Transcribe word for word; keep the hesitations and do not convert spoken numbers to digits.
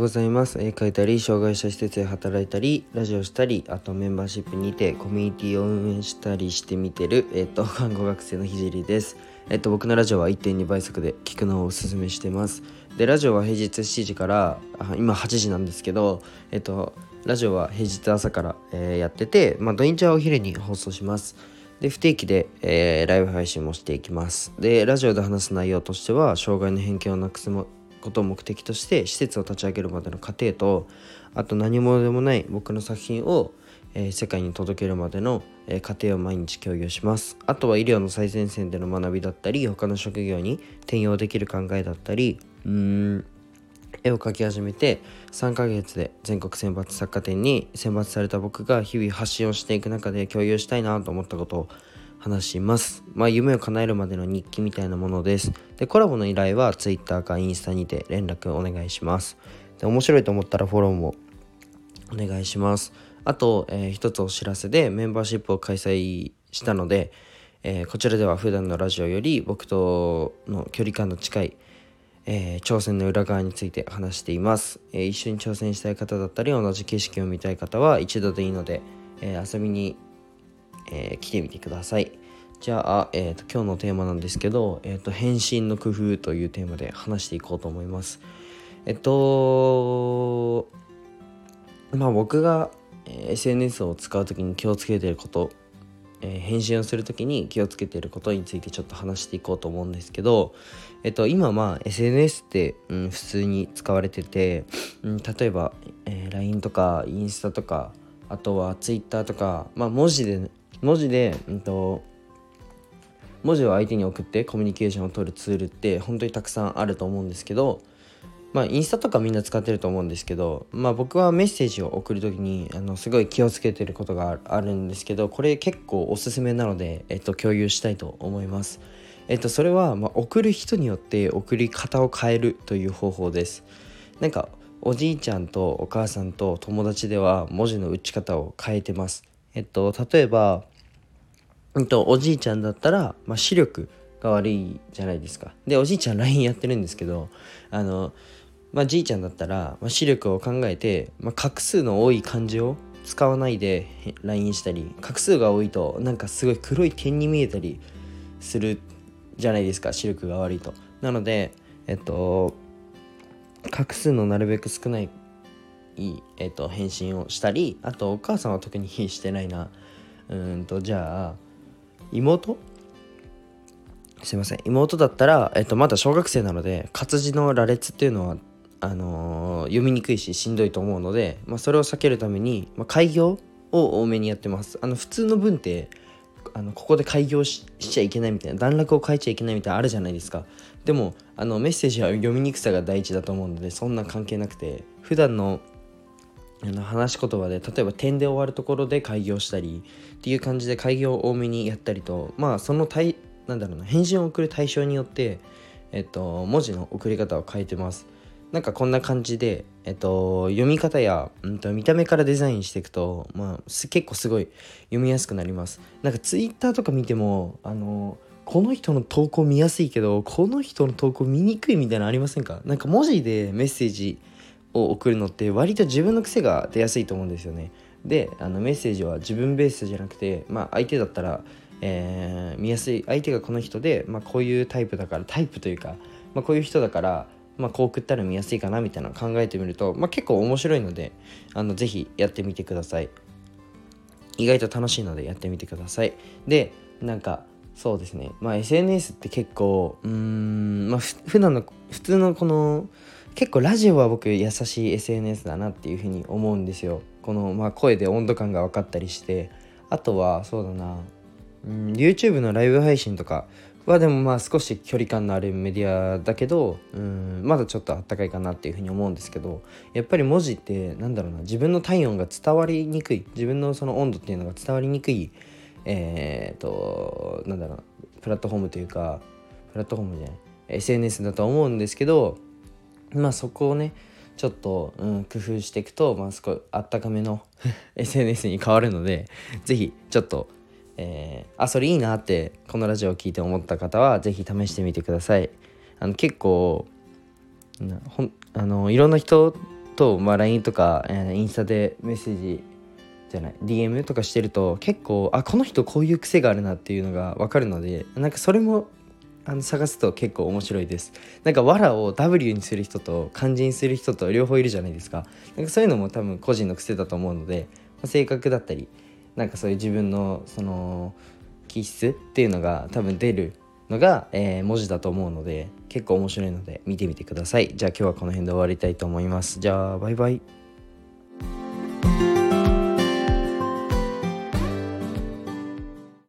ございます。絵描いたり、障害者施設で働いたり、ラジオしたり、あとメンバーシップにてコミュニティを運営したりしてみてる、えっと、看護学生のひじりです。えっと、僕のラジオは いってんに 倍速で聞くのをおすすめしてます。で、ラジオは平日しちじから、あ今はちじなんですけど、えっと、ラジオは平日朝から、えーやってて、まあ、土日はお昼に放送します。で、不定期で、えーライブ配信もしていきます。で、ラジオで話す内容としては、障害の偏見をなくすもことを目的として施設を立ち上げるまでの過程と、あと何者でもない僕の作品を、えー世界に届けるまでの、えー過程を毎日共有します。あとは医療の最前線での学びだったり、他の職業に転用できる考えだったり、うーん絵を描き始めてさんかげつで全国選抜作家展に選抜された僕が日々発信をしていく中で共有したいなと思ったことを話します。まあ夢を叶えるまでの日記みたいなものです。で、コラボの依頼は Twitter かインスタにて連絡お願いします。で、面白いと思ったらフォローもお願いします。あと、えー一つお知らせでメンバーシップを開催したので、えーこちらでは普段のラジオより僕との距離感の近いえー挑戦の裏側について話しています。えー一緒に挑戦したい方だったり同じ景色を見たい方は一度でいいので、えー遊びに、えー来てみてください。じゃあ、えーと今日のテーマなんですけど、えーと返信の工夫というテーマで話していこうと思います。えっとまあ僕が、えー エスエヌエス を使うときに気をつけていること、えー返信をするときに気をつけていることについてちょっと話していこうと思うんですけど、えっと、今まあ エスエヌエス って、うん、普通に使われてて、うん、例えば、えー ライン とかインスタとか、あとは Twitter とか、まあ、文字で文字で、うんと、文字を相手に送ってコミュニケーションを取るツールって本当にたくさんあると思うんですけど、まあ、インスタとかみんな使ってると思うんですけど、まあ、僕はメッセージを送るときにあのすごい気をつけてることがあるあるんですけど、これ結構おすすめなので、えっと、共有したいと思います。えっと、それは、まあ、送る人によって送り方を変えるという方法です。なんかおじいちゃんとお母さんと友達では文字の打ち方を変えてます。えっと、例えば、うんと、おじいちゃんだったら、まあ、視力が悪いじゃないですか。で、おじいちゃん ライン やってるんですけど、あのまあ、じいちゃんだったら、まあ、視力を考えて、まあ、画数の多い漢字を使わないで ライン したり、画数が多いとなんかすごい黒い点に見えたりするじゃないですか、視力が悪いと。なので、えっと画数のなるべく少ない、えっと、返信をしたり、あとお母さんは特にしてないな。うーんとじゃあ妹すいません妹だったら、えっと、まだ小学生なので活字の羅列っていうのはあのー読みにくいししんどいと思うので、まあ、それを避けるために、まあ、開業を多めにやってます。あの普通の文ってあのここで開業 し, しちゃいけないみたいな、段落を書いちゃいけないみたいなあるじゃないですか。でもあのメッセージは読みにくさが第一だと思うので、そんな関係なくて、普段のあの話し言葉で例えば点で終わるところで開業したりっていう感じで開業を多めにやったりと、まあその対なんだろうな返信を送る対象によって、えっと、文字の送り方を変えてます。なんかこんな感じで、えっと、読み方や、うん、と見た目からデザインしていくと、まあ、す結構すごい読みやすくなります。なんかツイッターとか見てもあのこの人の投稿見やすいけどこの人の投稿見にくいみたいなのありませんか？なんか文字でメッセージを送るのって割と自分の癖が出やすいと思うんですよね。で、あのメッセージは自分ベースじゃなくて、まあ、相手だったら、えー見やすい相手がこの人で、まあ、こういうタイプだからタイプというか、まあ、こういう人だから、まあ、こう送ったら見やすいかなみたいなのを考えてみると、まあ、結構面白いので、あのぜひやってみてください。意外と楽しいのでやってみてください。で、なんかそうですね、まあ エスエヌエス って結構うーんまあふ普段の普通のこの結構ラジオは僕優しい エスエヌエス だなっていうふうに思うんですよ。この、まあ、声で温度感が分かったりして、あとはそうだな、うん、YouTube のライブ配信とかはでもまあ少し距離感のあるメディアだけど、うん、まだちょっとあったかいかなっていうふうに思うんですけど、やっぱり文字ってなんだろうな、自分の体温が伝わりにくい、自分のその温度っていうのが伝わりにくい、えー、となんだろうな、プラットフォームというか、プラットフォームじゃない エスエヌエス だと思うんですけど、まあそこをねちょっと、うん、工夫していくと、まあ、少しあったかめのエスエヌエス に変わるので、ぜひちょっと、えー、あそれいいなってこのラジオを聞いて思った方はぜひ試してみてください。あの結構なほんあのいろんな人とと、まあ、ライン とか、えーインスタでメッセージじゃない ディーエム とかしてると結構あこの人こういう癖があるなっていうのが分かるので、なんかそれもあの探すと結構面白いです。なんかわらを ダブリュー にする人と漢字にする人と両方いるじゃないですか。なんかそういうのも多分個人の癖だと思うので、まあ性格だったりなんかそういう自分のその気質っていうのが多分出るのが、えー文字だと思うので結構面白いので見てみてください。じゃあ今日はこの辺で終わりたいと思います。じゃあバイバイ。